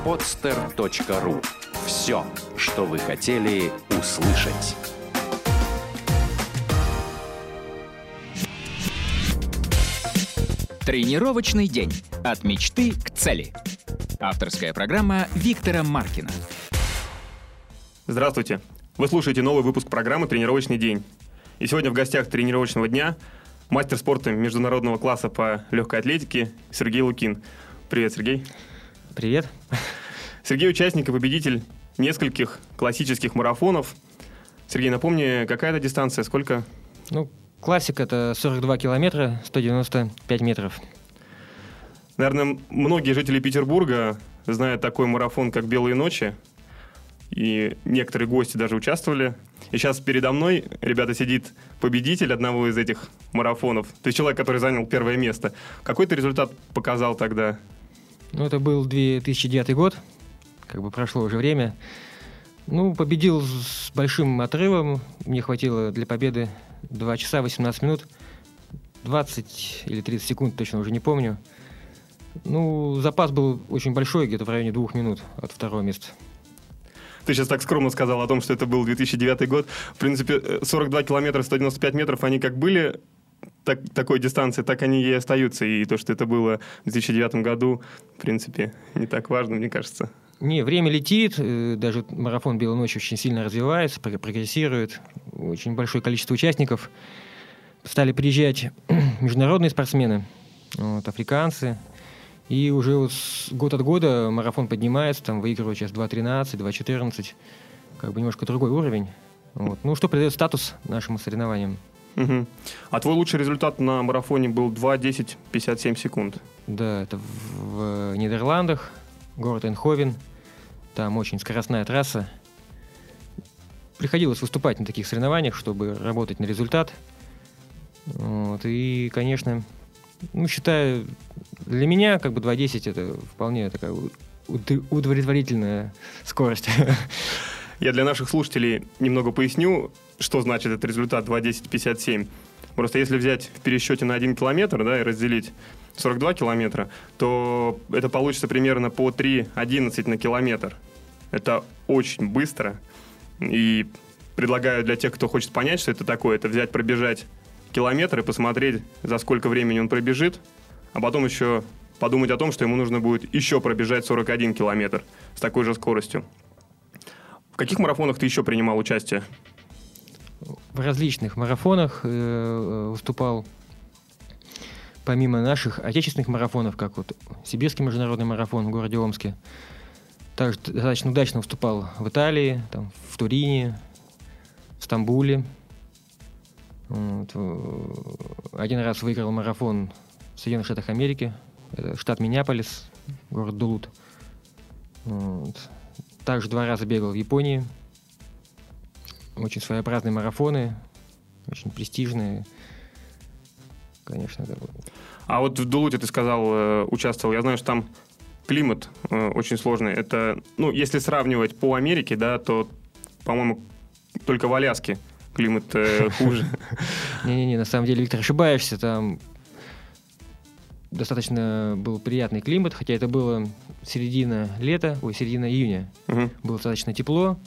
podster.ru. Все, что вы хотели услышать. Тренировочный день. От мечты к цели. Авторская программа Виктора Маркина. Здравствуйте. Вы слушаете новый выпуск программы «Тренировочный день». И сегодня в гостях тренировочного дня мастер спорта международного класса по легкой атлетике Сергей Лукин. Привет, Сергей. Привет. Сергей – участник и победитель нескольких классических марафонов. Сергей, напомни, какая это дистанция, сколько? Классик – это 42 километра, 195 метров. Наверное, многие жители Петербурга знают такой марафон, как «Белые ночи». И некоторые гости даже участвовали. И сейчас передо мной, ребята, сидит победитель одного из этих марафонов. То есть человек, который занял первое место. Какой ты результат показал тогда? Это был 2009 год. Прошло уже время. Победил с большим отрывом. Мне хватило для победы 2 часа 18 минут. 20 или 30 секунд, точно уже не помню. Запас был очень большой, где-то в районе 2 минут от второго места. Ты сейчас так скромно сказал о том, что это был 2009 год. В принципе, 42 километра, 195 метров, они как были такой дистанции, так они и остаются. И то, что это было в 2009 году, в принципе, не так важно, мне кажется. Время летит, даже марафон «Белой ночи» очень сильно развивается, прогрессирует. Очень большое количество участников. Стали приезжать международные спортсмены, африканцы. И уже год от года марафон поднимается, выигрывает сейчас 2.13, 2.14. Немножко другой уровень. Что придает статус нашим соревнованиям. Угу. А твой лучший результат на марафоне был 2:10:57 секунд. Да, это в Нидерландах, город Эйнховен. Там очень скоростная трасса. Приходилось выступать на таких соревнованиях, чтобы работать на результат. И, конечно, считаю, для меня 2:10 это вполне такая удовлетворительная скорость. Я для наших слушателей немного поясню, что значит этот результат 2:10:57. Просто если взять в пересчете на 1 километр, и разделить 42 километра, то это получится примерно по 3:11 на километр. Это очень быстро. И предлагаю для тех, кто хочет понять, что это такое, это взять, пробежать километр и посмотреть, за сколько времени он пробежит, а потом еще подумать о том, что ему нужно будет еще пробежать 41 километр с такой же скоростью. В каких марафонах ты еще принимал участие? В различных марафонах выступал. Помимо наших отечественных марафонов, как Сибирский международный марафон в городе Омске, также достаточно удачно выступал в Италии, в Турине, в Стамбуле. Один раз выиграл марафон в Соединенных Штатах Америки, это штат Миннеаполис, город Дулут. Также 2 раза бегал в Японии. Очень своеобразные марафоны, очень престижные. Конечно, да. А в Дулуте, ты сказал, участвовал. Я знаю, что там климат очень сложный. Это, если сравнивать по Америке, то, по-моему, только в Аляске климат хуже. Не-не-не, на самом деле, Виктор, ошибаешься. Там достаточно был приятный климат, хотя это было середина июня. Угу. Было достаточно тепло.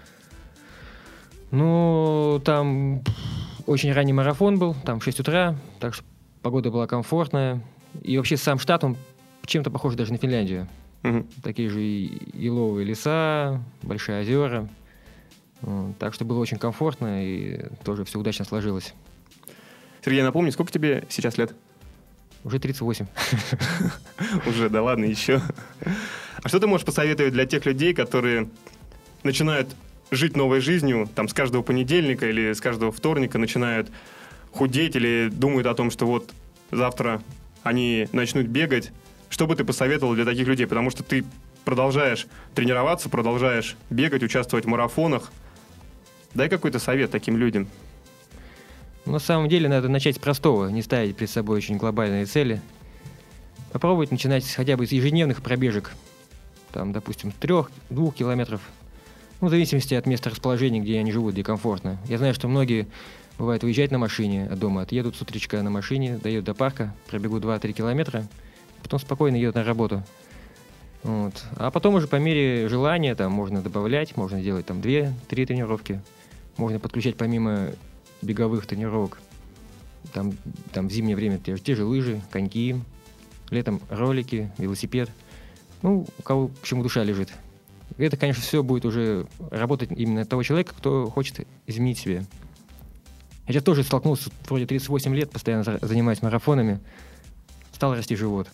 Там очень ранний марафон был, в 6 утра, так что погода была комфортная. И вообще сам штат, он чем-то похож даже на Финляндию. Угу. Такие же еловые леса, большие озера. Так что было очень комфортно, и тоже все удачно сложилось. Сергей, напомни, сколько тебе сейчас лет? Уже 38. Уже, да ладно, еще. А что ты можешь посоветовать для тех людей, которые начинают жить новой жизнью, с каждого понедельника или с каждого вторника начинают худеть или думают о том, что завтра они начнут бегать? Что бы ты посоветовал для таких людей? Потому что ты продолжаешь тренироваться, продолжаешь бегать, участвовать в марафонах. Дай какой-то совет таким людям. На самом деле надо начать с простого, не ставить перед собой очень глобальные цели. Попробовать начинать хотя бы с ежедневных пробежек. Допустим, 3-2 километров. В зависимости от места расположения, где они живут, где комфортно. Я знаю, что многие, бывает, уезжают на машине от дома, отъедут с утречка на машине, доедут до парка, пробегут 2-3 километра, потом спокойно едут на работу. Вот. А потом уже по мере желания там можно добавлять, можно делать там 2-3 тренировки. Можно подключать помимо беговых тренировок там в зимнее время те же лыжи, коньки, летом ролики, велосипед. Ну, у кого к чему душа лежит. Это, конечно, все будет уже работать именно того человека, кто хочет изменить себя. Я сейчас тоже столкнулся, вроде 38 лет, постоянно занимаюсь марафонами. Стал расти живот.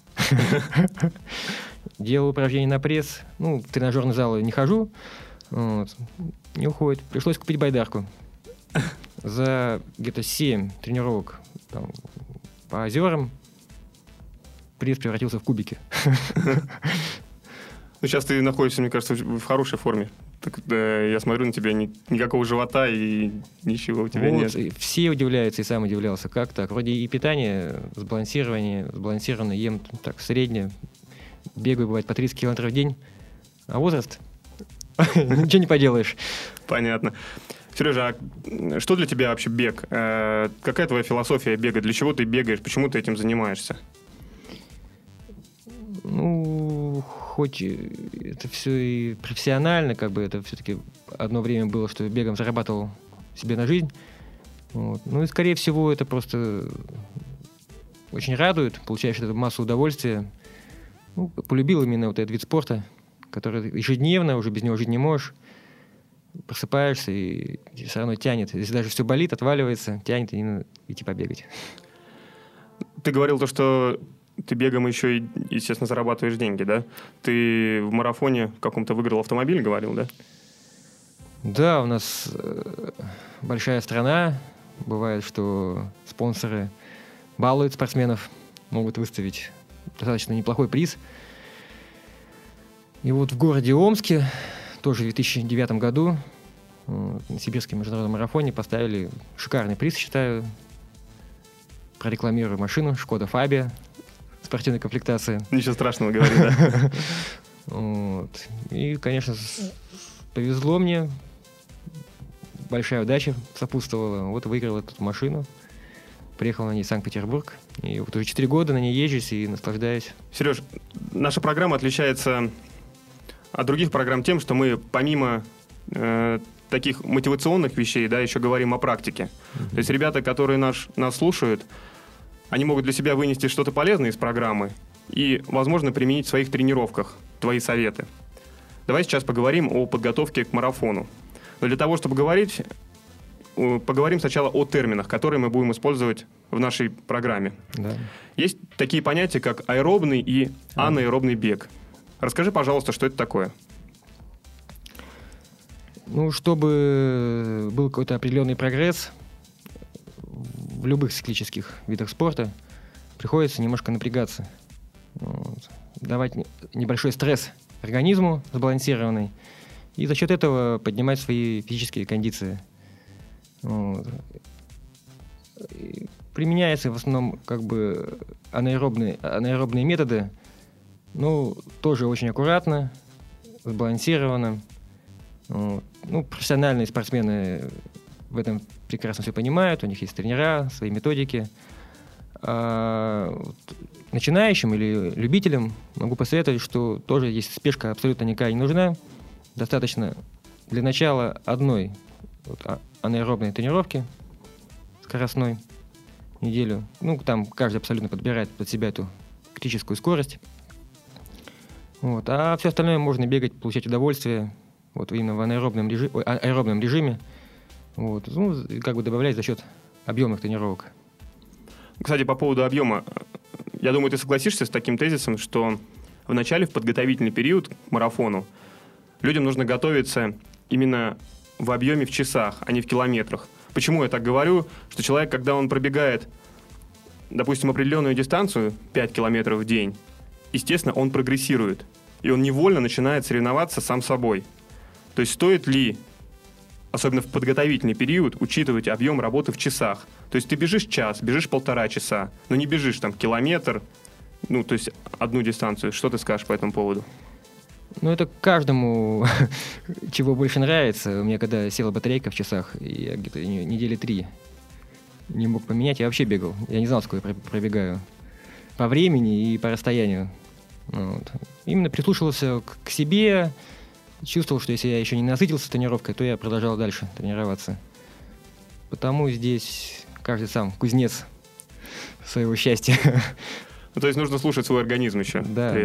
Делал упражнения на пресс. Ну, в тренажерный зал не хожу. Вот. Не уходит. Пришлось купить байдарку. За где-то 7 тренировок там, по озерам пресс превратился в кубики. Ну, сейчас ты находишься, мне кажется, в хорошей форме. Так, я смотрю на тебя, никакого живота и ничего у тебя вот, нет. Все удивляются, и сам удивлялся. Как так? Вроде и питание сбалансированно, ем так среднее. Бегаю, бывает, по 30 километров в день. А возраст? Ничего не поделаешь. Понятно. Сережа, а что для тебя вообще бег? Какая твоя философия бега? Для чего ты бегаешь? Почему ты этим занимаешься? Ну, хоть это все и профессионально, как бы это все-таки одно время было, что бегом зарабатывал себе на жизнь. Вот. Ну и, скорее всего, это просто очень радует, получаешь эту массу удовольствия. Ну, полюбил именно вот этот вид спорта, который ежедневно, уже без него жить не можешь. Просыпаешься, и все равно тянет. Если даже все болит, отваливается, тянет, и надо идти побегать. Ты говорил то, что ты бегом еще и, естественно, зарабатываешь деньги, да? Ты в марафоне каком-то выиграл автомобиль, говорил, да? Да, у нас большая страна. Бывает, что спонсоры балуют спортсменов, могут выставить достаточно неплохой приз. И вот в городе Омске, тоже в 2009 году, на Сибирском международном марафоне поставили шикарный приз, считаю. Прорекламирую машину «Шкода Фабия», спортивной комплектации. Ничего страшного, говори, да. Вот. И, конечно, повезло мне. Большая удача сопутствовала. Вот выиграл эту машину. Приехал на ней в Санкт-Петербург. И вот уже 4 года на ней езжусь и наслаждаюсь. Сереж, наша программа отличается от других программ тем, что мы помимо таких мотивационных вещей, да, еще говорим о практике. То есть ребята, которые нас слушают, они могут для себя вынести что-то полезное из программы и, возможно, применить в своих тренировках твои советы. Давай сейчас поговорим о подготовке к марафону. Но для того, чтобы говорить, поговорим сначала о терминах, которые мы будем использовать в нашей программе. Да. Есть такие понятия, как аэробный и анаэробный бег. Расскажи, пожалуйста, что это такое? Ну, чтобы был какой-то определенный прогресс в любых циклических видах спорта, приходится немножко напрягаться. Вот. Давать небольшой стресс организму сбалансированный, и за счет этого поднимать свои физические кондиции. Вот. Применяются в основном как бы анаэробные методы, ну, тоже очень аккуратно, сбалансированно. Вот. Ну, профессиональные спортсмены в этом прекрасно все понимают, у них есть тренера, свои методики. А вот начинающим или любителям могу посоветовать, что тоже есть спешка абсолютно никакая не нужна. Достаточно для начала одной анаэробной тренировки скоростной неделю. Ну, там каждый абсолютно подбирает под себя эту критическую скорость. Вот. А все остальное можно бегать, получать удовольствие вот именно в аэробном режиме. Вот. Ну, как бы добавлять за счет объемных тренировок. Кстати, по поводу объема. Я думаю, ты согласишься с таким тезисом, что в начале, в подготовительный период к марафону, людям нужно готовиться именно в объеме в часах, а не в километрах. Почему я так говорю? Что человек, когда он пробегает, допустим, определенную дистанцию, 5 километров в день, естественно, он прогрессирует. И он невольно начинает соревноваться сам с собой. То есть стоит ли, особенно в подготовительный период, учитывать объем работы в часах? То есть ты бежишь час, бежишь 1,5 часа, но не бежишь там километр, ну, то есть одну дистанцию. Что ты скажешь по этому поводу? Ну, это каждому чего больше нравится. У меня когда села батарейка в часах, я где-то недели 3 не мог поменять, я вообще бегал. Я не знал, сколько я пробегаю по времени и по расстоянию. Вот. Именно прислушивался к себе, чувствовал, что если я еще не насытился тренировкой, то я продолжал дальше тренироваться. Потому здесь каждый сам кузнец своего счастья. Ну, то есть нужно слушать свой организм еще. Да.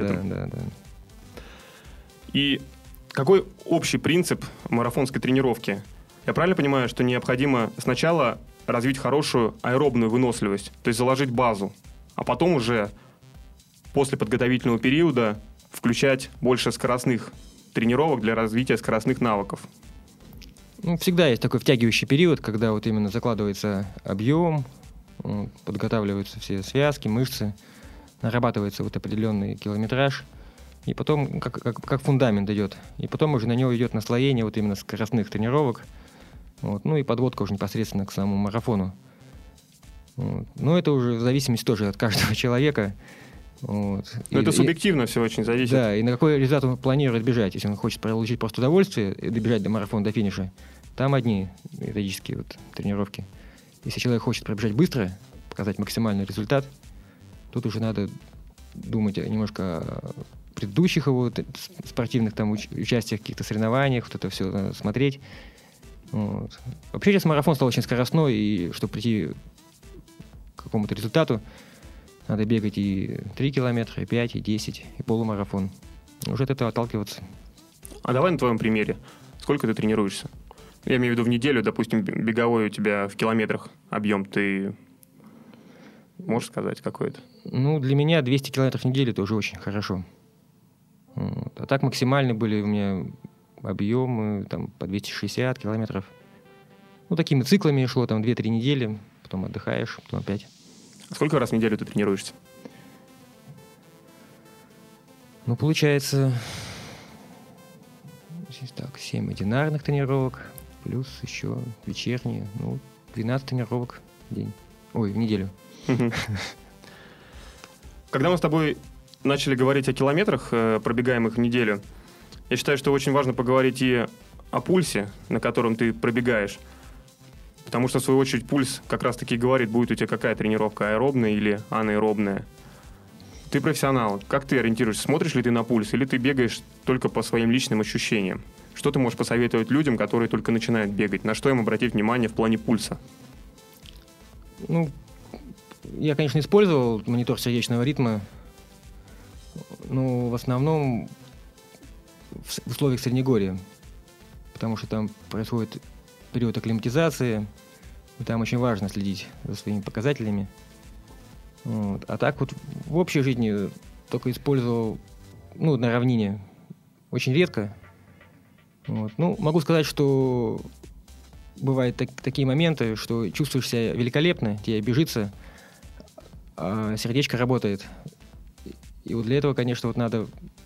И какой общий принцип марафонской тренировки? Я правильно понимаю, что необходимо сначала развить хорошую аэробную выносливость, то есть заложить базу, а потом уже после подготовительного периода включать больше скоростных тренировок для развития скоростных навыков? Ну, всегда есть такой втягивающий период, когда вот именно закладывается объем, подготавливаются все связки, мышцы, нарабатывается вот определенный километраж, и потом как фундамент идет. И потом уже на него идет наслоение вот именно скоростных тренировок, вот, ну и подводка уже непосредственно к самому марафону. Вот. Но это уже в зависимости тоже от каждого человека. Вот. Но это субъективно все очень зависит. Да, и на какой результат он планирует бежать. Если он хочет получить просто удовольствие и добежать до марафона, до финиша, там одни методические вот тренировки. Если человек хочет пробежать быстро, показать максимальный результат, тут уже надо думать немножко о предыдущих его спортивных там участиях, каких-то соревнованиях, вот это все надо смотреть. Вот. Вообще сейчас марафон стал очень скоростной, и чтобы прийти к какому-то результату, надо бегать и 3 километра, и 5, и 10, и полумарафон. Уже от этого отталкиваться. А давай на твоем примере. Сколько ты тренируешься? Я имею в виду в неделю, допустим, беговой у тебя в километрах объем. Ты можешь сказать какой-то? Ну, для меня 200 километров в неделю это уже очень хорошо. Вот. А так максимальные были у меня объемы там, по 260 километров. Ну, такими циклами шло, там 2-3 недели, потом отдыхаешь, потом опять. Сколько раз в неделю ты тренируешься? Ну, получается, так, 7 одинарных тренировок, плюс еще вечерние, 12 тренировок в день. Ой, в неделю. Когда мы с тобой начали говорить о километрах, пробегаемых в неделю, я считаю, что очень важно поговорить и о пульсе, на котором ты пробегаешь. Потому что, в свою очередь, пульс как раз-таки говорит, будет у тебя какая тренировка, аэробная или анаэробная. Ты профессионал. Как ты ориентируешься? Смотришь ли ты на пульс, или ты бегаешь только по своим личным ощущениям? Что ты можешь посоветовать людям, которые только начинают бегать? На что им обратить внимание в плане пульса? Ну, я, конечно, использовал монитор сердечного ритма, но в основном в условиях Среднегорья, потому что там происходит период акклиматизации, и там очень важно следить за своими показателями. Вот. А так вот в общей жизни только использовал, на равнине очень редко. Вот. Ну, могу сказать, что бывают такие моменты, что чувствуешь себя великолепно, тебе бежится, а сердечко работает. И вот для этого, конечно, вот надо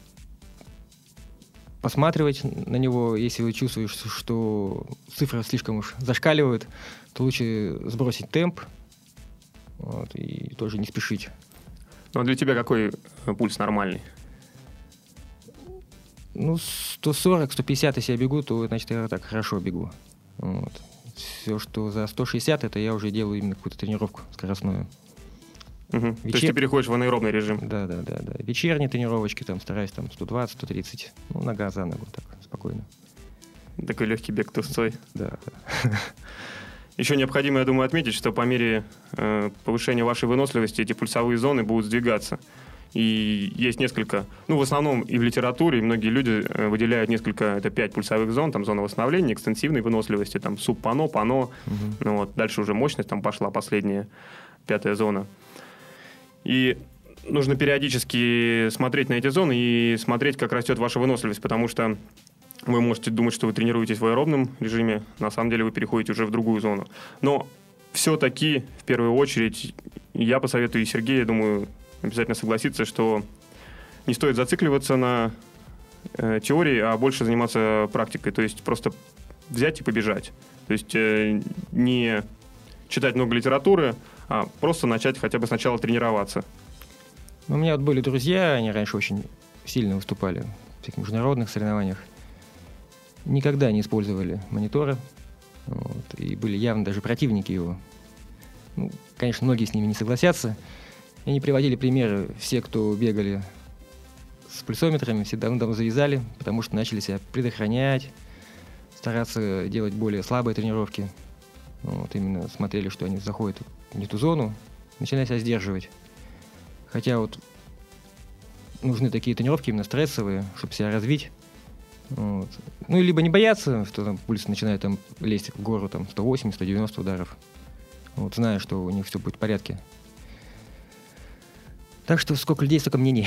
посматривать на него. Если вы чувствуете, что цифры слишком уж зашкаливают, то лучше сбросить темп, вот, и тоже не спешить. Ну, а для тебя какой пульс нормальный? 140-150, если я бегу, то, значит, я так хорошо бегу. Вот. Все, что за 160, это я уже делаю именно какую-то тренировку скоростную. То есть ты переходишь в анаэробный режим? Да. Вечерние тренировочки, там, стараюсь 120-130. Нога за ногу, так, спокойно. Такой легкий бег трусцой. Да. Еще необходимо, я думаю, отметить, что по мере повышения вашей выносливости эти пульсовые зоны будут сдвигаться. И есть несколько, в основном и в литературе, и многие люди выделяют несколько, это 5 пульсовых зон, там зона восстановления, экстенсивной выносливости, там субпано, пано, дальше уже мощность там пошла, последняя, 5-я зона. И нужно периодически смотреть на эти зоны и смотреть, как растет ваша выносливость, потому что вы можете думать, что вы тренируетесь в аэробном режиме, на самом деле вы переходите уже в другую зону. Но все-таки, в первую очередь, я посоветую, и Сергей, я думаю, обязательно согласится, что не стоит зацикливаться на теории, а больше заниматься практикой, то есть просто взять и побежать. То есть не читать много литературы, а просто начать хотя бы сначала тренироваться. У меня были друзья, они раньше очень сильно выступали в всяких международных соревнованиях. Никогда не использовали мониторы, и были явно даже противники его. Конечно, многие с ними не согласятся. Они приводили примеры, все, кто бегали с пульсометрами все давно завязали, потому что начали себя предохранять, стараться делать более слабые тренировки. Вот, именно смотрели, что они заходят в не ту зону, начинали себя сдерживать. Хотя вот нужны такие тренировки именно стрессовые, чтобы себя развить. Вот. Ну, либо не бояться, что там пульс начинает там лезть в гору, там 180-190 ударов. Вот, зная, что у них все будет в порядке. Так что сколько людей, столько мнений.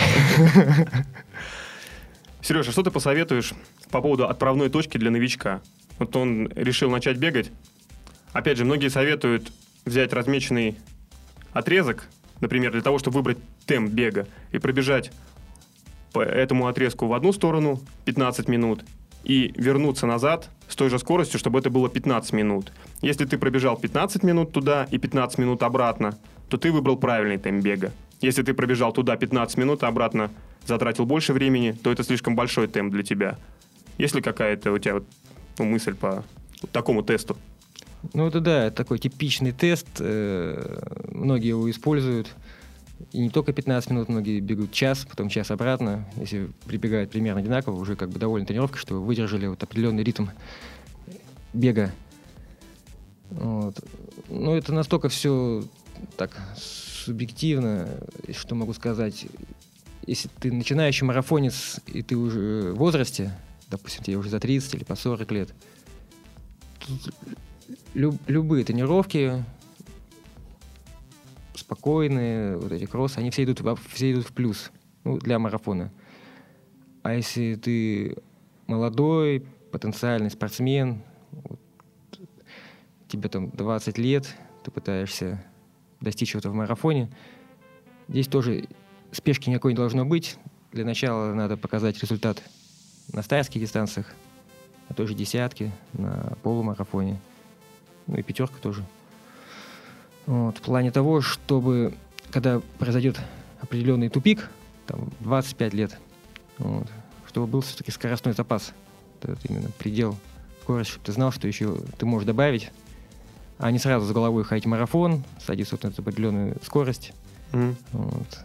Сережа, что ты посоветуешь по поводу отправной точки для новичка? Вот он решил начать бегать. Опять же, многие советуют взять размеченный отрезок, например, для того, чтобы выбрать темп бега и пробежать по этому отрезку в одну сторону 15 минут и вернуться назад с той же скоростью, чтобы это было 15 минут. Если ты пробежал 15 минут туда и 15 минут обратно, то ты выбрал правильный темп бега. Если ты пробежал туда 15 минут, а обратно затратил больше времени, то это слишком большой темп для тебя. Есть ли какая-то у тебя мысль по такому тесту? Ну, это да, такой типичный тест. Многие его используют. И не только 15 минут, многие бегут час, потом час обратно. Если прибегают примерно одинаково, уже как бы довольно тренировкой, что выдержали вот определенный ритм бега. Вот. Но это настолько все так субъективно, что могу сказать. Если ты начинающий марафонец, и ты уже в возрасте, допустим, тебе уже за 30 или по 40 лет, тут любые тренировки спокойные, вот эти кроссы, они все идут в плюс, ну, для марафона. А если ты молодой, потенциальный спортсмен, вот, тебе там 20 лет, ты пытаешься достичь чего-то в марафоне, здесь тоже спешки никакой не должно быть. Для начала надо показать результат на стартовых дистанциях, на той же десятке, на полумарафоне, ну и пятерка тоже. Вот, в плане того, чтобы, когда произойдет определенный тупик, там, 25 лет, вот, чтобы был все-таки скоростной запас, это именно предел скорости, чтобы ты знал, что еще ты можешь добавить, а не сразу с головой ходить марафон, садиться вот на эту определенную скорость. Вот.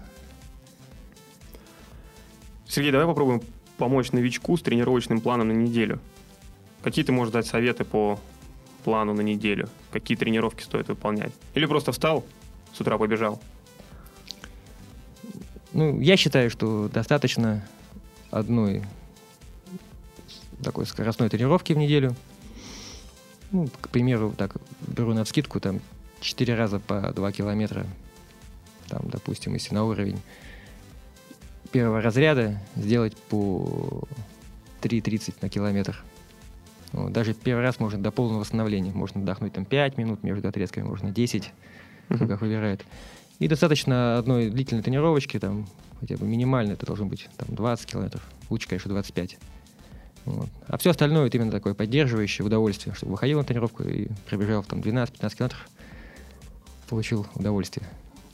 Сергей, давай попробуем помочь новичку с тренировочным планом на неделю. Какие ты можешь дать советы по плану на неделю? Какие тренировки стоит выполнять? Или просто встал, с утра побежал? Ну, я считаю, что достаточно одной такой скоростной тренировки в неделю. Ну, к примеру, так беру навскидку, там 4 раза по 2 километра, там, допустим, если на уровень первого разряда, сделать по 3:30 на километр. Вот, даже первый раз можно до полного восстановления. Можно отдохнуть там 5 минут между отрезками, можно 10, как выбирает. И достаточно одной длительной тренировочки, там, хотя бы минимально, это должно быть там 20 километров, лучше, конечно, 25. Вот. А все остальное это именно такое поддерживающее удовольствие, чтобы выходил на тренировку и пробежал там 12-15 километров, получил удовольствие.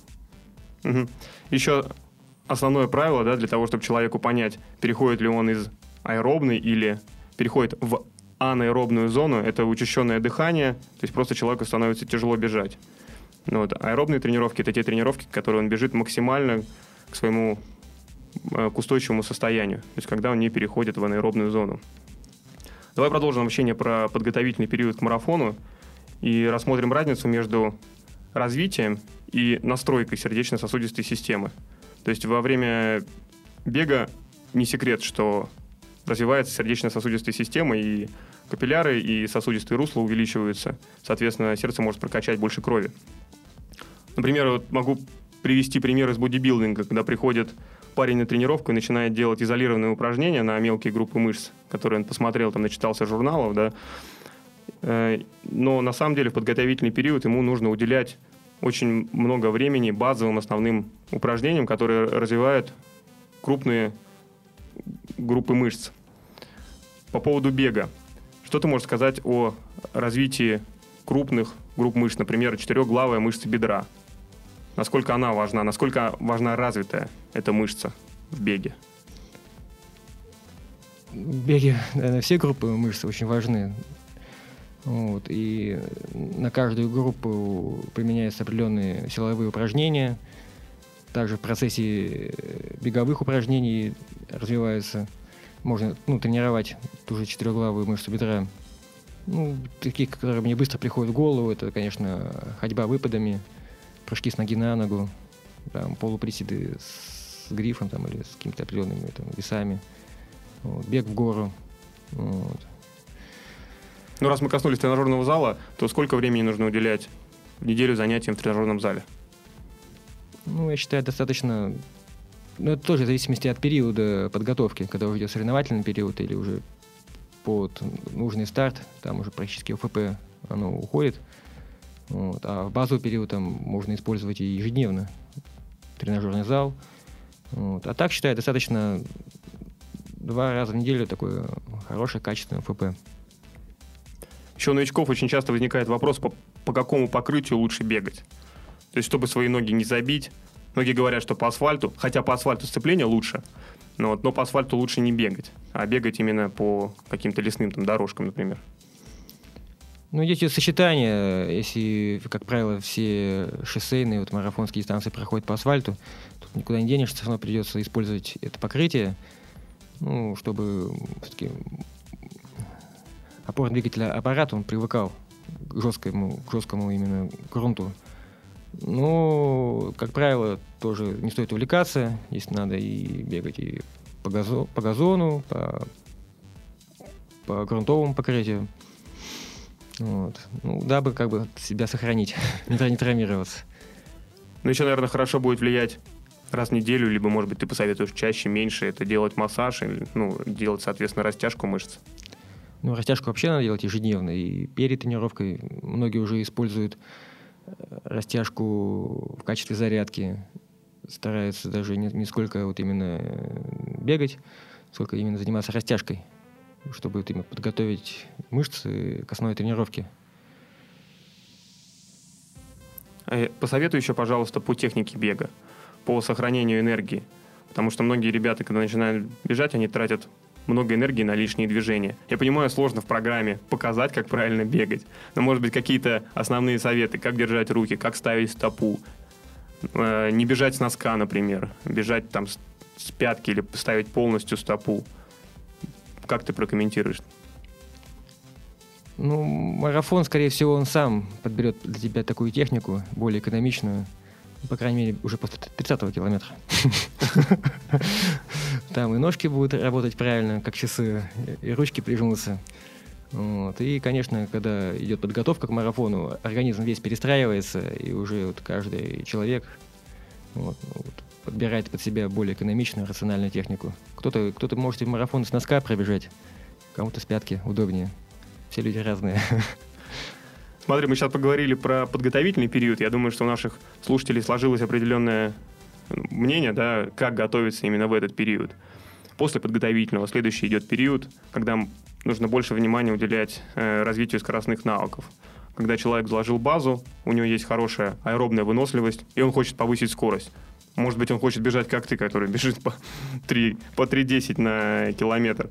Еще основное правило, да, для того, чтобы человеку понять, переходит ли он из аэробной или переходит в анаэробную зону, это учащенное дыхание, то есть просто человеку становится тяжело бежать. Вот. Аэробные тренировки — это те тренировки, которые он бежит максимально к своему к устойчивому состоянию, то есть когда он не переходит в анаэробную зону. Давай продолжим общение про подготовительный период к марафону и рассмотрим разницу между развитием и настройкой сердечно-сосудистой системы. То есть во время бега не секрет, что развивается сердечно-сосудистая система, и капилляры, и сосудистые русла увеличиваются. Соответственно, сердце может прокачать больше крови. Например, вот могу привести пример из бодибилдинга, когда приходит парень на тренировку и начинает делать изолированные упражнения на мелкие группы мышц, которые он посмотрел, там, начитался журналов, да. Но на самом деле в подготовительный период ему нужно уделять очень много времени базовым основным упражнениям, которые развивают крупные группы мышц. По поводу бега. Что ты можешь сказать о развитии крупных групп мышц, например, четырехглавая мышца бедра? Насколько она важна? Насколько важна развитая эта мышца в беге? В беге, наверное, все группы мышц очень важны. Вот, и на каждую группу применяются определенные силовые упражнения. Также в процессе беговых упражнений развиваются. Можно тренировать ту же четырехглавую мышцу бедра. Такие, которые мне быстро приходят в голову, это, конечно, ходьба выпадами, прыжки с ноги на ногу, там, полуприседы с грифом там, или с какими-то определенными весами, бег в гору. Вот. Ну, раз мы коснулись тренажерного зала, то сколько времени нужно уделять в неделю занятиям в тренажерном зале? Я считаю, достаточно... это тоже в зависимости от периода подготовки, когда уже идет соревновательный период или уже под нужный старт, там уже практически ОФП оно уходит. А в базовый период там можно использовать и ежедневно тренажерный зал. А так, считаю, достаточно 2 раза в неделю такое хорошее, качественное ОФП. Еще у новичков очень часто возникает вопрос, по какому покрытию лучше бегать. То есть, чтобы свои ноги не забить. Многие говорят, что по асфальту, хотя по асфальту сцепление лучше, но по асфальту лучше не бегать, а бегать именно по каким-то лесным дорожкам, например. Есть сочетание. Если, как правило, все шоссейные марафонские дистанции проходят по асфальту, тут никуда не денешься, все равно придется использовать это покрытие, чтобы все-таки опорно-двигательный аппарат, он привыкал к жесткому именно грунту. Как правило, тоже не стоит увлекаться, если надо и бегать и по газону, по грунтовому покрытию. Дабы себя сохранить, не травмироваться. Еще, наверное, хорошо будет влиять раз в неделю, либо, может быть, ты посоветуешь чаще, меньше это делать массаж, делать, соответственно, растяжку мышц. Растяжку вообще надо делать ежедневно, и перед тренировкой многие уже используют растяжку в качестве зарядки, стараются даже не сколько именно бегать, сколько именно заниматься растяжкой, чтобы именно подготовить мышцы к основной тренировке. Посоветуй еще, пожалуйста, по технике бега, по сохранению энергии, потому что многие ребята, когда начинают бежать, они тратят много энергии на лишние движения. Я понимаю, сложно в программе показать, как правильно бегать, но, может быть, какие-то основные советы, как держать руки, как ставить стопу, не бежать с носка, например, бежать с пятки или ставить полностью стопу. Как ты прокомментируешь? Марафон, скорее всего, он сам подберет для тебя такую технику, более экономичную, по крайней мере, уже после 30-го километра. Там и ножки будут работать правильно, как часы, и ручки прижмутся. И, конечно, когда идет подготовка к марафону, организм весь перестраивается, и уже каждый человек подбирает под себя более экономичную, рациональную технику. Кто-то может и марафон с носка пробежать, кому-то с пятки удобнее. Все люди разные. Смотри, мы сейчас поговорили про подготовительный период. Я думаю, что у наших слушателей сложилось определенное мнение, да, как готовиться именно в этот период. После подготовительного следующий идет период, когда нужно больше внимания уделять развитию скоростных навыков. Когда человек заложил базу, у него есть хорошая аэробная выносливость, и он хочет повысить скорость. Может быть, он хочет бежать, как ты, который бежит по 3:10 на километр.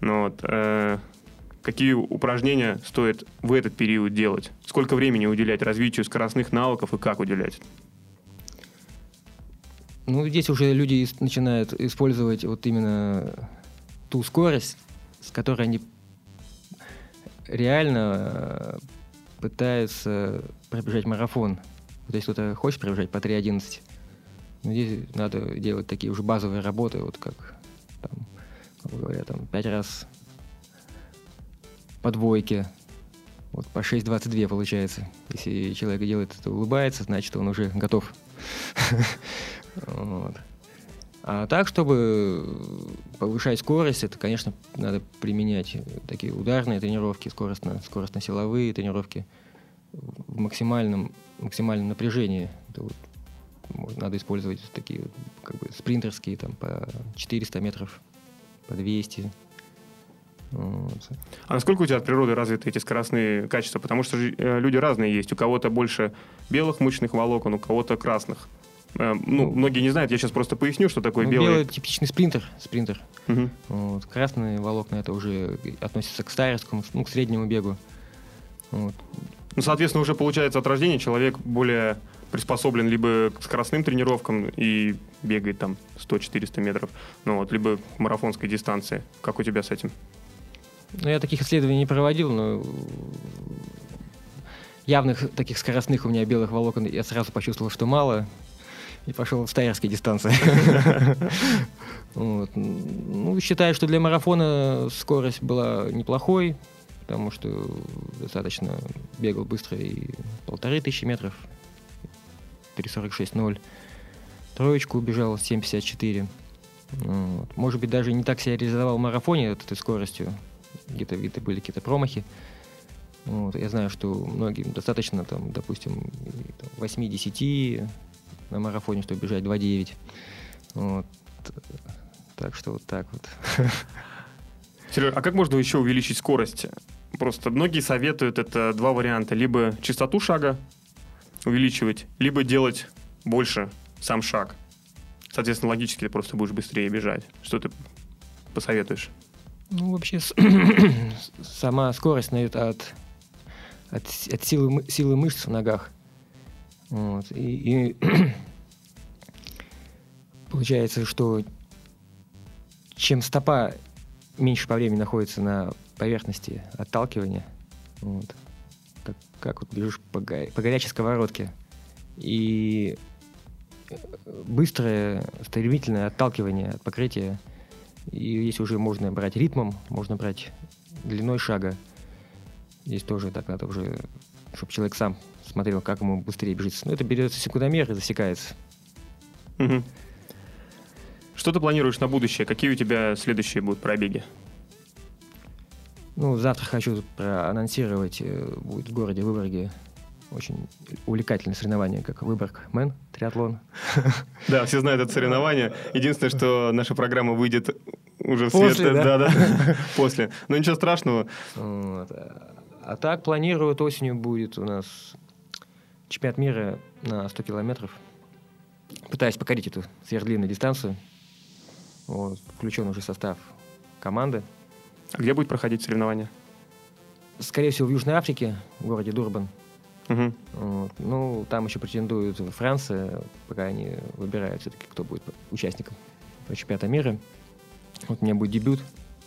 Какие упражнения стоит в этот период делать? Сколько времени уделять развитию скоростных навыков и как уделять? Здесь уже люди начинают использовать именно ту скорость, с которой они реально пытаются пробежать марафон. Если кто-то хочет пробежать по 3:11, здесь надо делать такие уже базовые работы, как, грубо говоря, 5 раз по двойке, по 6:22 получается. Если человек делает это, улыбается, значит, он уже готов. А так, чтобы повышать скорость, это, конечно, надо применять такие ударные тренировки, скоростно-силовые тренировки в максимальном напряжении. Это надо использовать такие спринтерские, по 400 метров, по 200. А насколько у тебя от природы развиты эти скоростные качества? Потому что люди разные есть. У кого-то больше белых мышечных волокон, у кого-то красных. Многие не знают, я сейчас просто поясню, что такое белый. Белый типичный спринтер. Угу. Красные волокна это уже относятся к стайерскому, к среднему бегу. Соответственно, уже получается от рождения человек более приспособлен либо к скоростным тренировкам и бегает там 100-400 метров, ну вот, либо к марафонской дистанции. Как у тебя с этим? Ну, я таких исследований не проводил, но явных таких скоростных у меня белых волокон я сразу почувствовал, что мало, и пошел в стайерские дистанции. Ну, считаю, что для марафона скорость была неплохой, потому что достаточно бегал быстро и 1500 метров, 3:46:0. Троечку убежал 7:54. Может быть, даже не так себя реализовал в марафоне этой скоростью. Где-то были какие-то промахи. Я знаю, что многим достаточно, там, допустим, 8-10 на марафоне, чтобы бежать 2:9. Так что вот так вот. Сереж, а как можно еще увеличить скорость? Просто многие советуют, это два варианта. Либо частоту шага увеличивать, либо делать больше сам шаг. Соответственно, логически ты просто будешь быстрее бежать. Что ты посоветуешь? Ну, вообще, сама скорость зависит от силы мышц в ногах. И получается, что чем стопа меньше по времени находится на поверхности отталкивания, как вот бежишь по горячей сковородке, и быстрое, стремительное отталкивание от покрытия. И здесь уже можно брать ритмом, можно брать длиной шага. Здесь тоже так надо уже, чтобы человек сам смотрел, как ему быстрее бежится. Но это берется секундомер и засекается. Угу. Что ты планируешь на будущее? Какие у тебя следующие будут пробеги? Ну, завтра хочу проанонсировать, будет в городе Выборге очень увлекательное соревнование, как Выборг-Мэн, триатлон. Да, все знают это соревнование. Единственное, что наша программа выйдет уже в после, свет. Да? После. Но ничего страшного. А так планируют, осенью будет у нас чемпионат мира на 100 километров. Пытаюсь покорить эту сверхдлинную дистанцию. Включен уже состав команды. А где будет проходить соревнование? Скорее всего, в Южной Африке, в городе Дурбан. Угу. Ну, там еще претендует Франция, пока они выбирают все-таки, кто будет участником чемпионата мира. У меня будет дебют.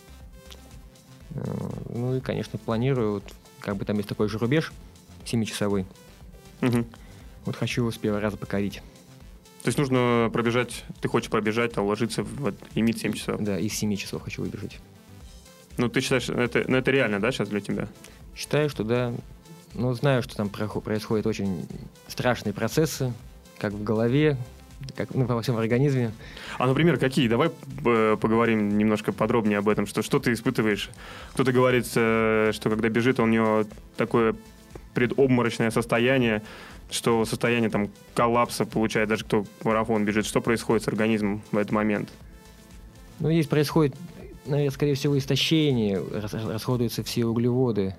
Ну и, конечно, планирую, как бы там есть такой же рубеж 7-часовой. Угу. Хочу его с первого раза покорить. То есть нужно пробежать, ты хочешь пробежать, уложиться в лимит 7 часов? Да, из 7 часов хочу выбежать. Ну, ты считаешь, это реально, да, сейчас для тебя? Считаю, что да. Но знаю, что там происходят очень страшные процессы, как в голове, как во всем организме. А, например, какие? Давай поговорим немножко подробнее об этом. Что ты испытываешь? Кто-то говорит, что когда бежит, у него такое предобморочное состояние, что состояние там коллапса получает даже кто марафон бежит. Что происходит с организмом в этот момент? Ну, здесь происходит, наверное, скорее всего, истощение, расходуются все углеводы.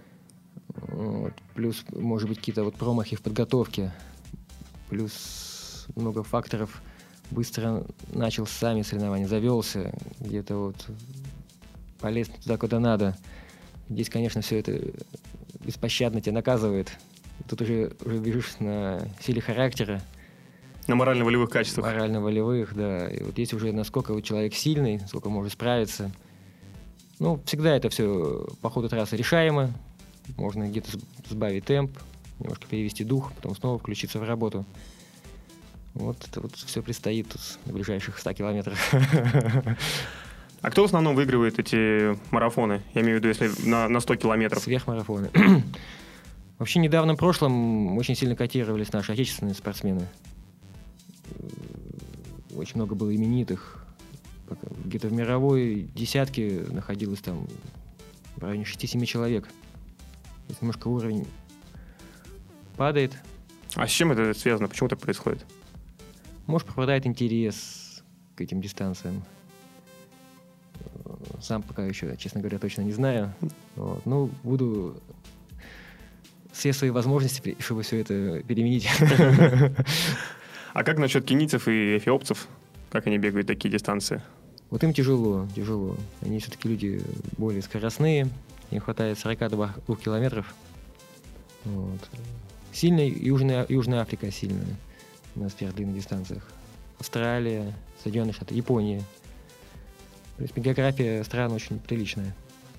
Плюс, может быть, какие-то промахи в подготовке. Плюс много факторов. Быстро начал сами соревнования, завелся, где-то полез туда, куда надо. Здесь, конечно, все это беспощадно тебя наказывает. Тут уже бежишь на силе характера. На морально-волевых качествах. Морально-волевых, да. И здесь уже насколько человек сильный, насколько может справиться. Ну, всегда это все по ходу трассы решаемо. Можно где-то сбавить темп, немножко перевести дух, потом снова включиться в работу. Это все предстоит тут на ближайших 100 километрах. А кто в основном выигрывает эти марафоны? Я имею в виду, если на 100 километров. Сверхмарафоны. Вообще, в недавнем прошлом очень сильно котировались наши отечественные спортсмены. Очень много было именитых. Где-то в мировой десятке находилось там в районе 6-7 человек. То есть немножко уровень падает. А с чем это связано? Почему так происходит? Может, пропадает интерес к этим дистанциям. Сам пока еще, честно говоря, точно не знаю. Ну, буду все свои возможности, чтобы все это переменить. А как насчет кенийцев и эфиопцев? Как они бегают такие дистанции? Им тяжело. Они все-таки люди более скоростные. Им хватает 42 километров. Сильная Южная Африка сильная на сверхдлинных дистанциях. Австралия, Соединенные Штаты, Япония. В принципе, география стран очень приличная.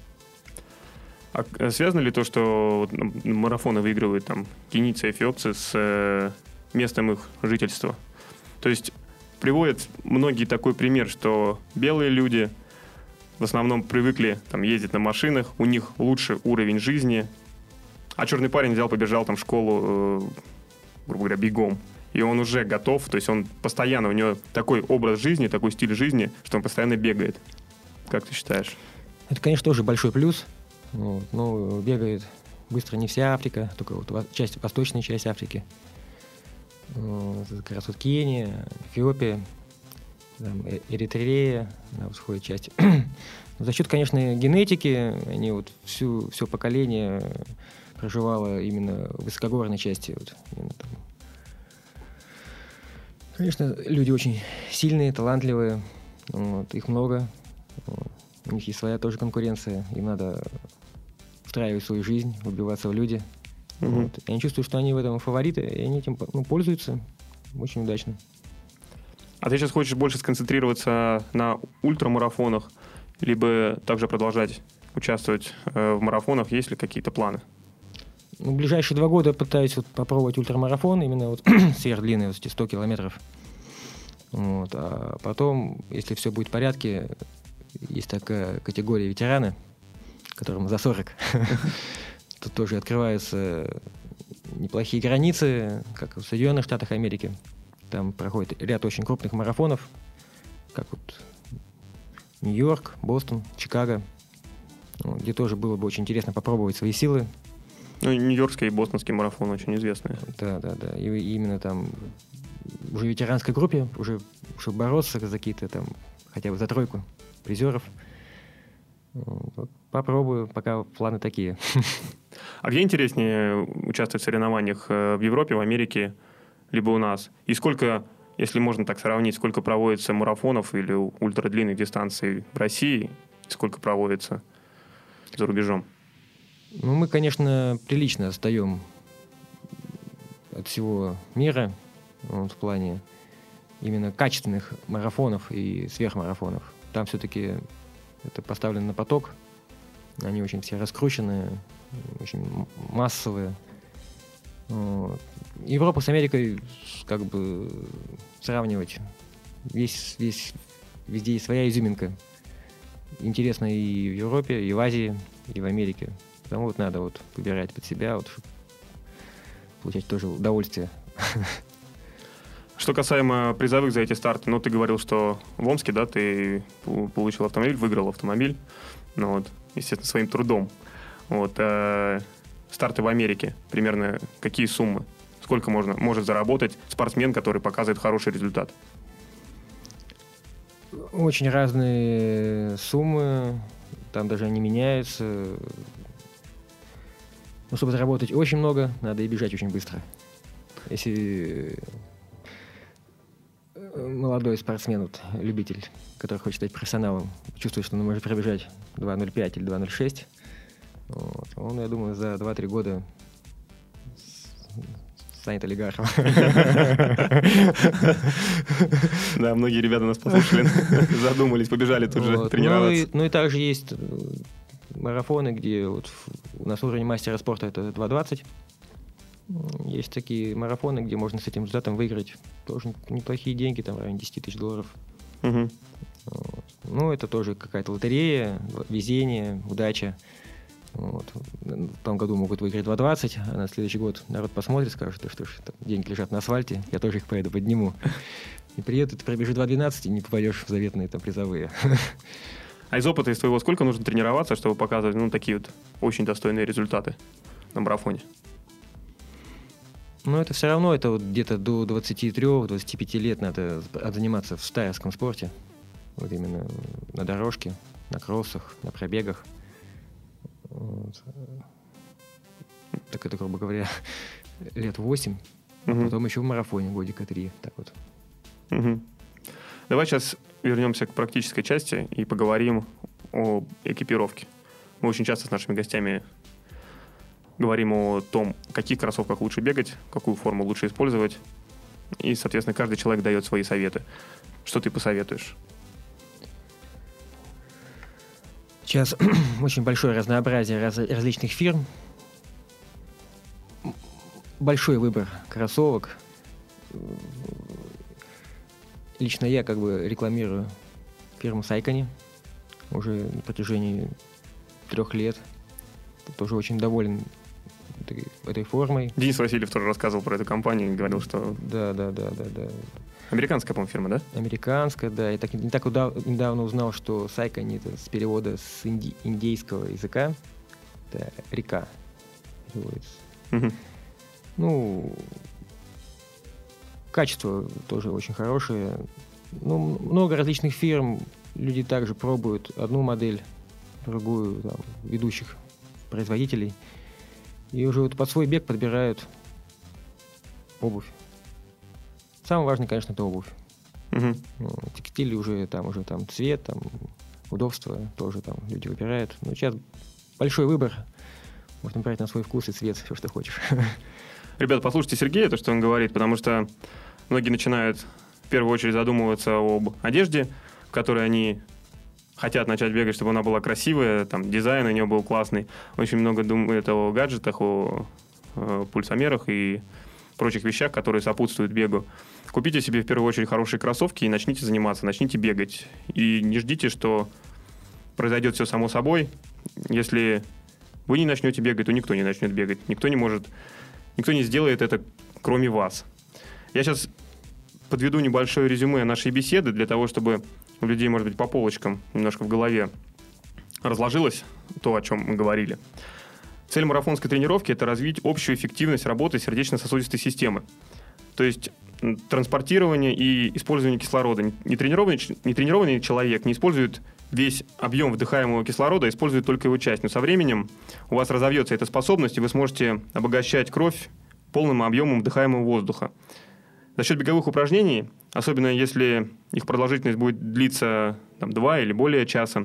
А связано ли то, что марафоны выигрывают там кенийцы, эфиопцы с местом их жительства? То есть приводят многие такой пример, что белые люди в основном привыкли там ездить на машинах, у них лучший уровень жизни, а черный парень побежал там в школу, грубо говоря, бегом. И он уже готов, то есть он постоянно, у него такой образ жизни, такой стиль жизни, что он постоянно бегает. Как ты считаешь? Это, конечно, тоже большой плюс. Вот, но бегает быстро не вся Африка, только вот восточная часть Африки. Вот, как раз вот Кения, Эфиопия, там, Эритрея, на восходе части. За счет, конечно, генетики, они вот все поколение проживало именно в высокогорной части. Вот, именно там. Конечно, люди очень сильные, талантливые, вот, их много. Вот. У них есть своя тоже конкуренция, им надо встраивать свою жизнь, выбиваться в люди. Вот. И они чувствуют, что они в этом фавориты, и они этим пользуются очень удачно. А ты сейчас хочешь больше сконцентрироваться на ультрамарафонах, либо также продолжать участвовать в марафонах? Есть ли какие-то планы? В ближайшие 2 года пытаюсь попробовать ультрамарафон, именно сверхдлинный, вот эти 100 километров. Вот. А потом, если все будет в порядке, есть такая категория ветераны, которым за 40. Тут тоже открываются неплохие границы, как в Соединенных Штатах Америки. Там проходит ряд очень крупных марафонов, как вот Нью-Йорк, Бостон, Чикаго, где тоже было бы очень интересно попробовать свои силы. Ну, нью-йоркский и бостонский марафон очень известные. Да. И именно там уже в ветеранской группе, уже чтобы бороться за какие-то там, хотя бы за 3 призеров. Вот, попробую, пока планы такие. А где интереснее участвовать в соревнованиях? В Европе, в Америке, либо у нас? И сколько, если можно так сравнить, сколько проводится марафонов или ультрадлинных дистанций в России, сколько проводится за рубежом? Ну, мы, конечно, прилично отстаем от всего мира, вот, в плане именно качественных марафонов и сверхмарафонов. Там все-таки это поставлено на поток. Они очень все раскрученные, очень массовые. Вот. Европа с Америкой как бы сравнивать. Везде есть своя изюминка. Интересно и в Европе, и в Азии, и в Америке. Потому вот надо вот выбирать под себя, вот, чтобы получать тоже удовольствие. Что касаемо призовых за эти старты, ты говорил, что в Омске, да, ты получил автомобиль, выиграл автомобиль, естественно, своим трудом. Старты в Америке, примерно какие суммы? Сколько может заработать спортсмен, который показывает хороший результат? Очень разные суммы, там даже они меняются. Но чтобы заработать очень много, надо и бежать очень быстро. Если молодой спортсмен, любитель, который хочет стать профессионалом, чувствует, что он может пробежать 2.05 или 2.06, он, я думаю, за 2-3 года станет олигархом. Да, многие ребята нас послушали, задумались, побежали тут же тренироваться. Ну и также есть марафоны, где у нас уровень мастера спорта это 2.20. Есть такие марафоны, где можно с этим результатом выиграть тоже неплохие деньги, там в районе $10 000. Угу. Ну, это тоже какая-то лотерея, везение, удача. В том году могут выиграть 2.20, а на следующий год народ посмотрит, скажет, что ж, деньги лежат на асфальте, я тоже их поеду подниму. И приедет, ты пробежишь 2.12 и не попадешь в заветные там призовые. А из опыта из твоего сколько нужно тренироваться, чтобы показывать такие очень достойные результаты на марафоне? Но это все равно, это где-то до 23-25 лет надо заниматься в стайерском спорте. Вот именно на дорожке, на кроссах, на пробегах. Так это, грубо говоря, лет 8, а потом еще в марафоне годика 3. Так вот. Давай сейчас вернемся к практической части и поговорим о экипировке. Мы очень часто с нашими гостями говорим о том, в каких кроссовках лучше бегать, какую форму лучше использовать. И, соответственно, каждый человек дает свои советы. Что ты посоветуешь? Сейчас очень большое разнообразие различных фирм. Большой выбор кроссовок. Лично я как бы рекламирую фирму Saucony уже на протяжении 3 лет. Тоже очень доволен этой формой. Денис Васильев тоже рассказывал про эту компанию и говорил, что... Да. Американская, по-моему, фирма, да? Американская, да. Я не так недавно узнал, что Saucony это с перевода с индейского языка. Это река переводится. Угу. Ну, качество тоже очень хорошее. Ну, много различных фирм. Люди также пробуют одну модель, другую, там, ведущих производителей. И уже вот под свой бег подбирают обувь. Самое важное, конечно, это обувь. Угу. Ну, текстиль уже там цвет, там, удобство тоже там люди выбирают. Но сейчас большой выбор. Можно брать на свой вкус и цвет, все, что хочешь. Ребята, послушайте Сергея, то, что он говорит, потому что многие начинают в первую очередь задумываться об одежде, в которой они хотят начать бегать, чтобы она была красивая, там, дизайн у нее был классный. Очень много думают о гаджетах, о пульсомерах и прочих вещах, которые сопутствуют бегу. Купите себе в первую очередь хорошие кроссовки и начните заниматься, начните бегать. И не ждите, что произойдет все само собой. Если вы не начнете бегать, то никто не начнет бегать. Никто не сделает это, кроме вас. Я сейчас подведу небольшое резюме нашей беседы для того, чтобы у людей, может быть, по полочкам немножко в голове разложилось то, о чем мы говорили. Цель марафонской тренировки – это развить общую эффективность работы сердечно-сосудистой системы. То есть транспортирование и использование кислорода. Нетренированный человек не использует весь объем вдыхаемого кислорода, а использует только его часть. Но со временем у вас разовьется эта способность, и вы сможете обогащать кровь полным объемом вдыхаемого воздуха. За счет беговых упражнений, особенно если их продолжительность будет длиться 2 или более часа,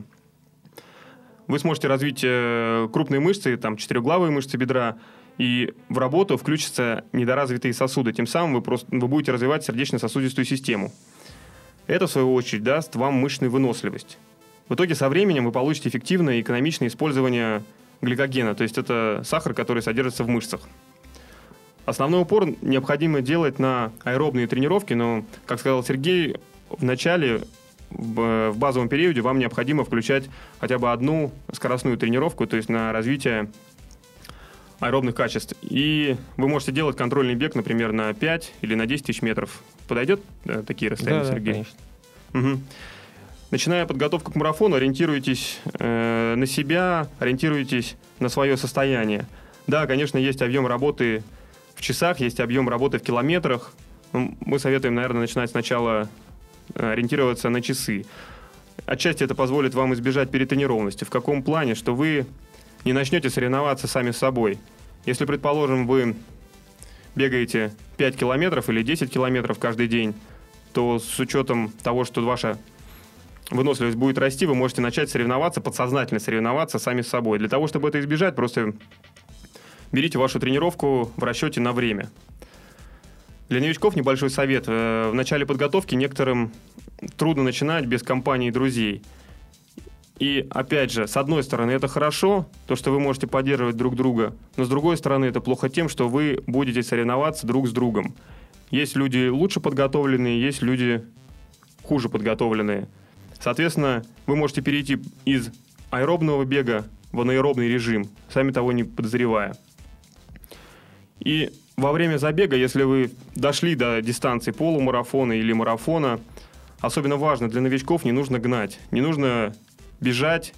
вы сможете развить крупные мышцы, четырехглавые мышцы бедра, и в работу включатся недоразвитые сосуды. Тем самым вы будете развивать сердечно-сосудистую систему. Это, в свою очередь, даст вам мышечную выносливость. В итоге со временем вы получите эффективное и экономичное использование гликогена, то есть это сахар, который содержится в мышцах. Основной упор необходимо делать на аэробные тренировки, но, как сказал Сергей, в начале, в базовом периоде вам необходимо включать хотя бы одну скоростную тренировку, то есть на развитие аэробных качеств. И вы можете делать контрольный бег, например, на 5 или на 10 тысяч метров. Подойдет такие расстояния, Сергей? Да, конечно. Угу. Начиная подготовку к марафону, ориентируйтесь на себя, ориентируйтесь на свое состояние. Да, конечно, есть объем работы в часах, есть объем работы в километрах. Мы советуем, наверное, начинать сначала ориентироваться на часы. Отчасти это позволит вам избежать перетренированности. В каком плане? Что вы не начнете соревноваться сами с собой. Если, предположим, вы бегаете 5 километров или 10 километров каждый день, то с учетом того, что ваша выносливость будет расти, вы можете начать соревноваться, подсознательно соревноваться сами с собой. Для того, чтобы это избежать, просто берите вашу тренировку в расчете на время. Для новичков небольшой совет. В начале подготовки некоторым трудно начинать без компании друзей. И, опять же, с одной стороны, это хорошо, то, что вы можете поддерживать друг друга, но с другой стороны, это плохо тем, что вы будете соревноваться друг с другом. Есть люди лучше подготовленные, есть люди хуже подготовленные. Соответственно, вы можете перейти из аэробного бега в анаэробный режим, сами того не подозревая. И во время забега, если вы дошли до дистанции полумарафона или марафона, особенно важно для новичков, не нужно гнать, не нужно бежать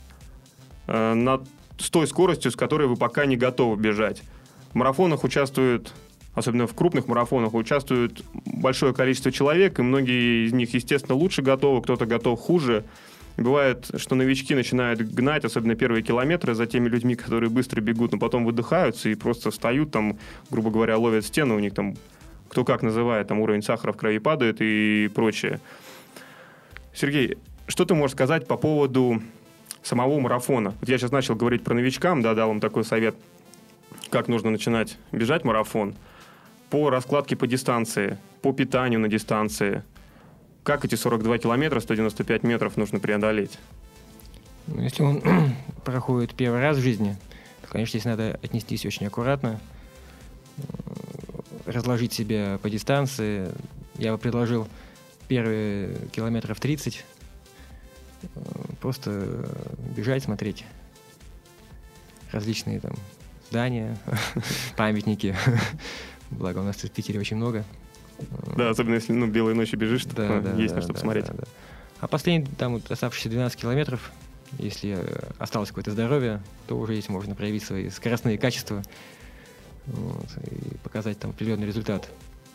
с той скоростью, с которой вы пока не готовы бежать. В марафонах участвуют, особенно в крупных марафонах, участвует большое количество человек, и многие из них, естественно, лучше готовы, кто-то готов хуже. Бывает, что новички начинают гнать, особенно первые километры, за теми людьми, которые быстро бегут, но потом выдыхаются и просто встают, там, грубо говоря, ловят стену, у них там, кто как называет, там уровень сахара в крови падает и прочее. Сергей, что ты можешь сказать по поводу самого марафона? Вот я сейчас начал говорить про новичкам, да, дал им такой совет. как нужно начинать бежать марафон, по раскладке по дистанции, по питанию на дистанции, как эти 42 километра, 195 метров нужно преодолеть? Ну, если он проходит первый раз в жизни, то, конечно, здесь надо отнестись очень аккуратно, разложить себя по дистанции. Я бы предложил первые километров 30 просто бежать, смотреть различные там здания, памятники. Благо у нас в Питере очень много. Да, особенно если белой ночью бежишь, есть на что посмотреть. Да. А последние там вот оставшиеся 12 километров, если осталось какое-то здоровье, то уже здесь можно проявить свои скоростные качества и показать там определенный результат.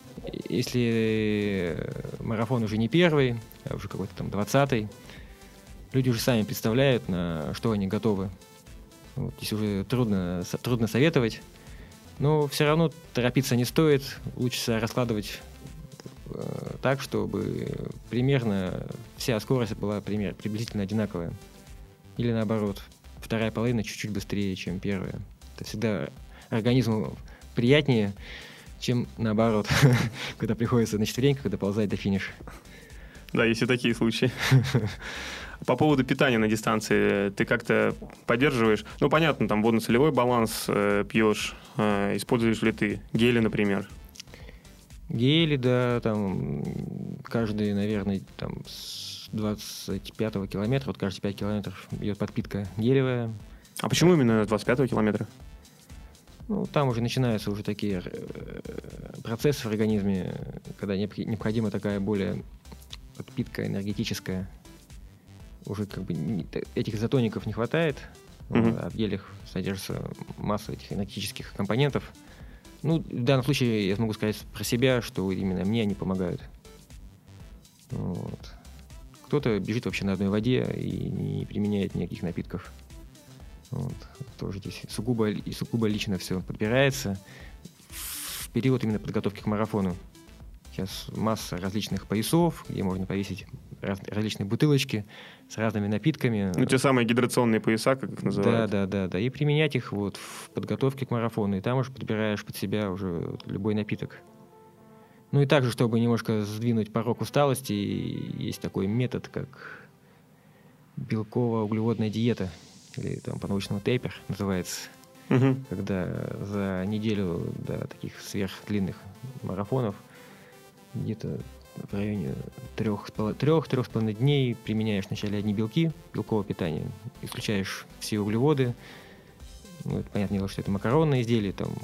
Если марафон уже не первый, а уже какой-то там 20-й, люди уже сами представляют, на что они готовы. Здесь уже трудно советовать, но все равно торопиться не стоит. Лучше раскладывать так, чтобы примерно вся скорость была приблизительно одинаковая. Или наоборот, вторая половина чуть-чуть быстрее, чем первая. Это всегда организму приятнее, чем наоборот, когда приходится на четвереньках доползать до финиша. Да, есть и такие случаи. По поводу питания на дистанции, ты как-то поддерживаешь? Ну, понятно, там водно-солевой баланс пьешь. Используешь ли ты гели, например? Гели, да, там каждый, наверное, там с 25-го километра, вот каждые 5 километров идет подпитка гелевая. А почему именно 25-го километра? Ну, там уже начинаются уже такие процессы в организме, когда необходима такая более подпитка энергетическая. Уже как бы этих изотоников не хватает, а в гелях содержится масса этих энергетических компонентов. Ну, в данном случае я смогу сказать про себя, что именно мне они помогают. Вот. Кто-то бежит вообще на одной воде и не применяет никаких напитков. Вот. Тоже здесь сугубо лично все подбирается в период именно подготовки к марафону. Сейчас масса различных поясов, где можно повесить различные бутылочки с разными напитками. Ну, те самые гидрационные пояса, как их называют. Да. И применять их вот в подготовке к марафону. И там уже подбираешь под себя уже любой напиток. Ну и также, чтобы немножко сдвинуть порог усталости, есть такой метод, как белково-углеводная диета. Или там по-научному тейпер называется. Когда за неделю до таких сверхдлинных марафонов где-то в районе 3-3,5 дней применяешь вначале одни белки, белковое питание, исключаешь все углеводы. Ну, это понятное дело, что это макаронные изделия, там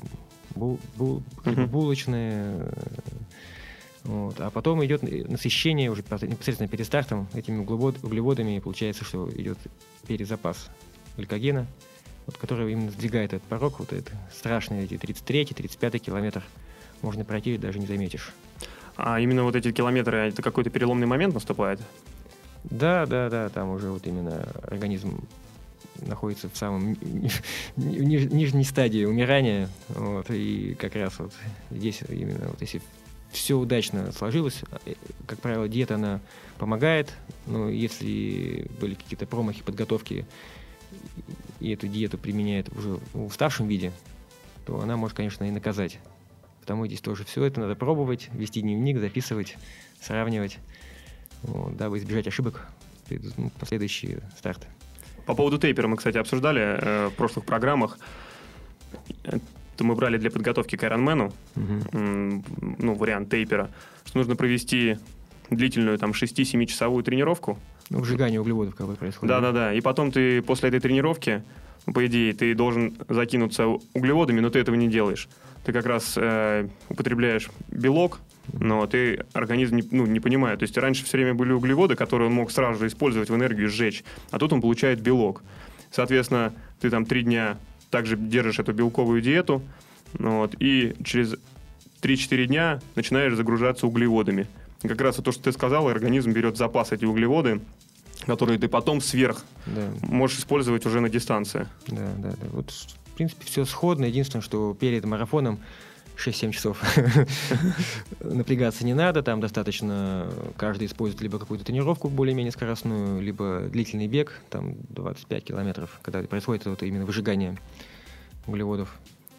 булочные. Вот. А потом идет насыщение уже непосредственно перед стартом этими углеводами, и получается, что идет перезапас гликогена, вот, который именно сдвигает этот порог, вот это страшные эти 33-35 километр можно пройти и даже не заметишь. А именно вот эти километры, это какой-то переломный момент наступает? Да, там уже вот именно организм находится в самом нижней стадии умирания, вот, и как раз вот здесь именно вот если все удачно сложилось, как правило, диета, она помогает, но если были какие-то промахи подготовки, и эту диету применяет уже в уставшем виде, то она может, конечно, и наказать. Потому здесь тоже все это надо пробовать, вести дневник, записывать, сравнивать, вот, дабы избежать ошибок в последующие старты. По поводу тейпера мы, кстати, обсуждали в прошлых программах. Это мы брали для подготовки к Ironman'у, вариант тейпера, что нужно провести длительную там 6-7 часовую тренировку. Ну, сжигание углеводов как бы происходит. Да. И потом ты после этой тренировки, по идее, ты должен закинуться углеводами, но ты этого не делаешь. Ты как раз употребляешь белок, но ты организм не понимает. То есть раньше все время были углеводы, которые он мог сразу же использовать в энергию, сжечь. А тут он получает белок. Соответственно, ты там 3 дня также держишь эту белковую диету, вот, и через 3-4 дня начинаешь загружаться углеводами. И как раз то, что ты сказал, организм берет в запас эти углеводы, которые ты потом можешь использовать уже на дистанции. Да. Вот, в принципе, все сходно. Единственное, что перед марафоном 6-7 часов напрягаться не надо. Там достаточно каждый использует либо какую-то тренировку более-менее скоростную, либо длительный бег, там 25 километров, когда происходит вот именно выжигание углеводов.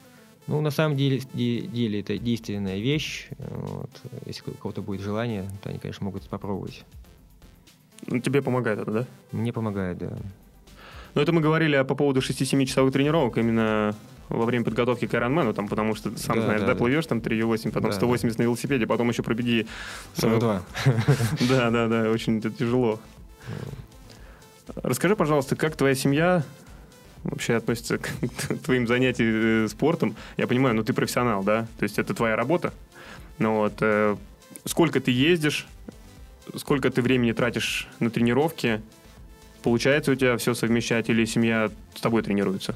Ну, на самом деле это действенная вещь. Вот. Если у кого-то будет желание, то они, конечно, могут попробовать. Ну, тебе помогает это, да? Мне помогает, да. Ну, это мы говорили по поводу 6-7 часовых тренировок именно во время подготовки к Ironman, там, потому что, сам знаешь, да, плывешь там 3,8, потом 180 на велосипеде, потом еще пробеги 42. Да, очень это тяжело. Расскажи, пожалуйста, как твоя семья вообще относится к твоим занятиям спортом? Я понимаю, ну ты профессионал, да? То есть это твоя работа. Но вот сколько ты ездишь, сколько ты времени тратишь на тренировки? Получается у тебя все совмещать или семья с тобой тренируется?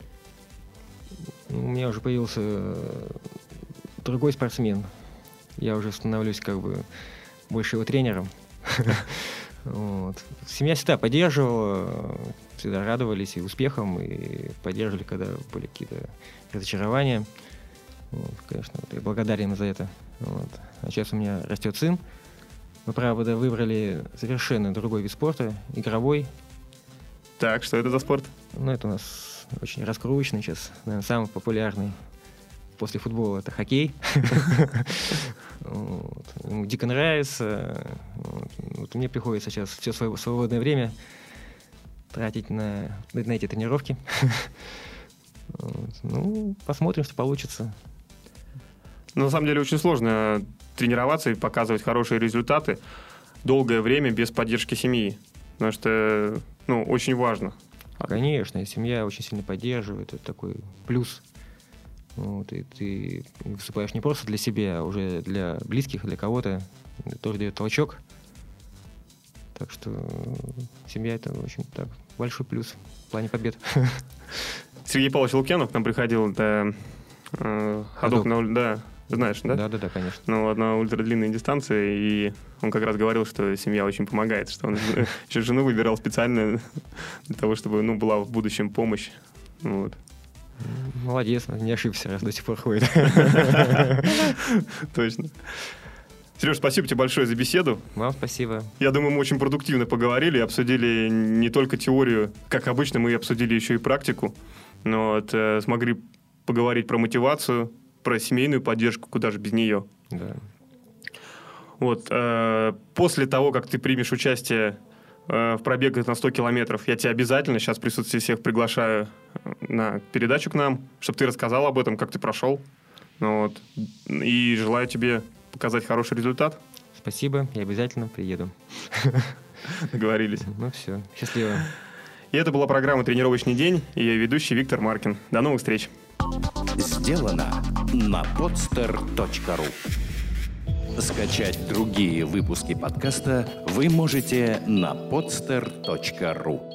У меня уже появился другой спортсмен. Я уже становлюсь как бы больше его тренером. Вот. Семья всегда поддерживала, всегда радовались и успехам, и поддерживали, когда были какие-то разочарования. Вот, конечно, я благодарен за это. Вот. А сейчас у меня растет сын. Мы, правда, выбрали совершенно другой вид спорта, игровой. Так, что это за спорт? Ну, это у нас очень раскрученный сейчас, наверное, самый популярный после футбола — это хоккей. Ему дико нравится. Вот мне приходится сейчас все свое свободное время тратить на эти тренировки. Ну, посмотрим, что получится. На самом деле очень сложно тренироваться и показывать хорошие результаты долгое время без поддержки семьи. Потому что, ну, очень важно. Конечно, и семья очень сильно поддерживает. Это такой плюс. Вот, и ты выступаешь не просто для себя, а уже для близких, для кого-то. Это тоже дает толчок. Так что семья — это очень так, большой плюс в плане побед. Сергей Павлович Лукьянов к нам приходил, это ходок на... Да, знаешь, да? Да, конечно. Ну, на ультрадлинной дистанции, и он как раз говорил, что семья очень помогает, что он еще жену выбирал специально для того, чтобы, ну, была в будущем помощь. Вот. Молодец, не ошибся, раз до сих пор ходит. Точно. Сереж, спасибо тебе большое за беседу. Вам спасибо. Я думаю, мы очень продуктивно поговорили, обсудили не только теорию, как обычно, мы обсудили еще и практику. Но вот, смогли поговорить про мотивацию, про семейную поддержку, куда же без нее. Да. Вот, после того, как ты примешь участие в пробегах на 100 километров, я тебя обязательно сейчас в присутствии всех приглашаю на передачу к нам, чтобы ты рассказал об этом, как ты прошел. Вот. И желаю тебе показать хороший результат. Спасибо, я обязательно приеду. Договорились. Ну все, счастливо. И это была программа «Тренировочный день», и я ведущий Виктор Маркин. До новых встреч. Сделано на podster.ru. Скачать другие выпуски подкаста вы можете на podster.ru.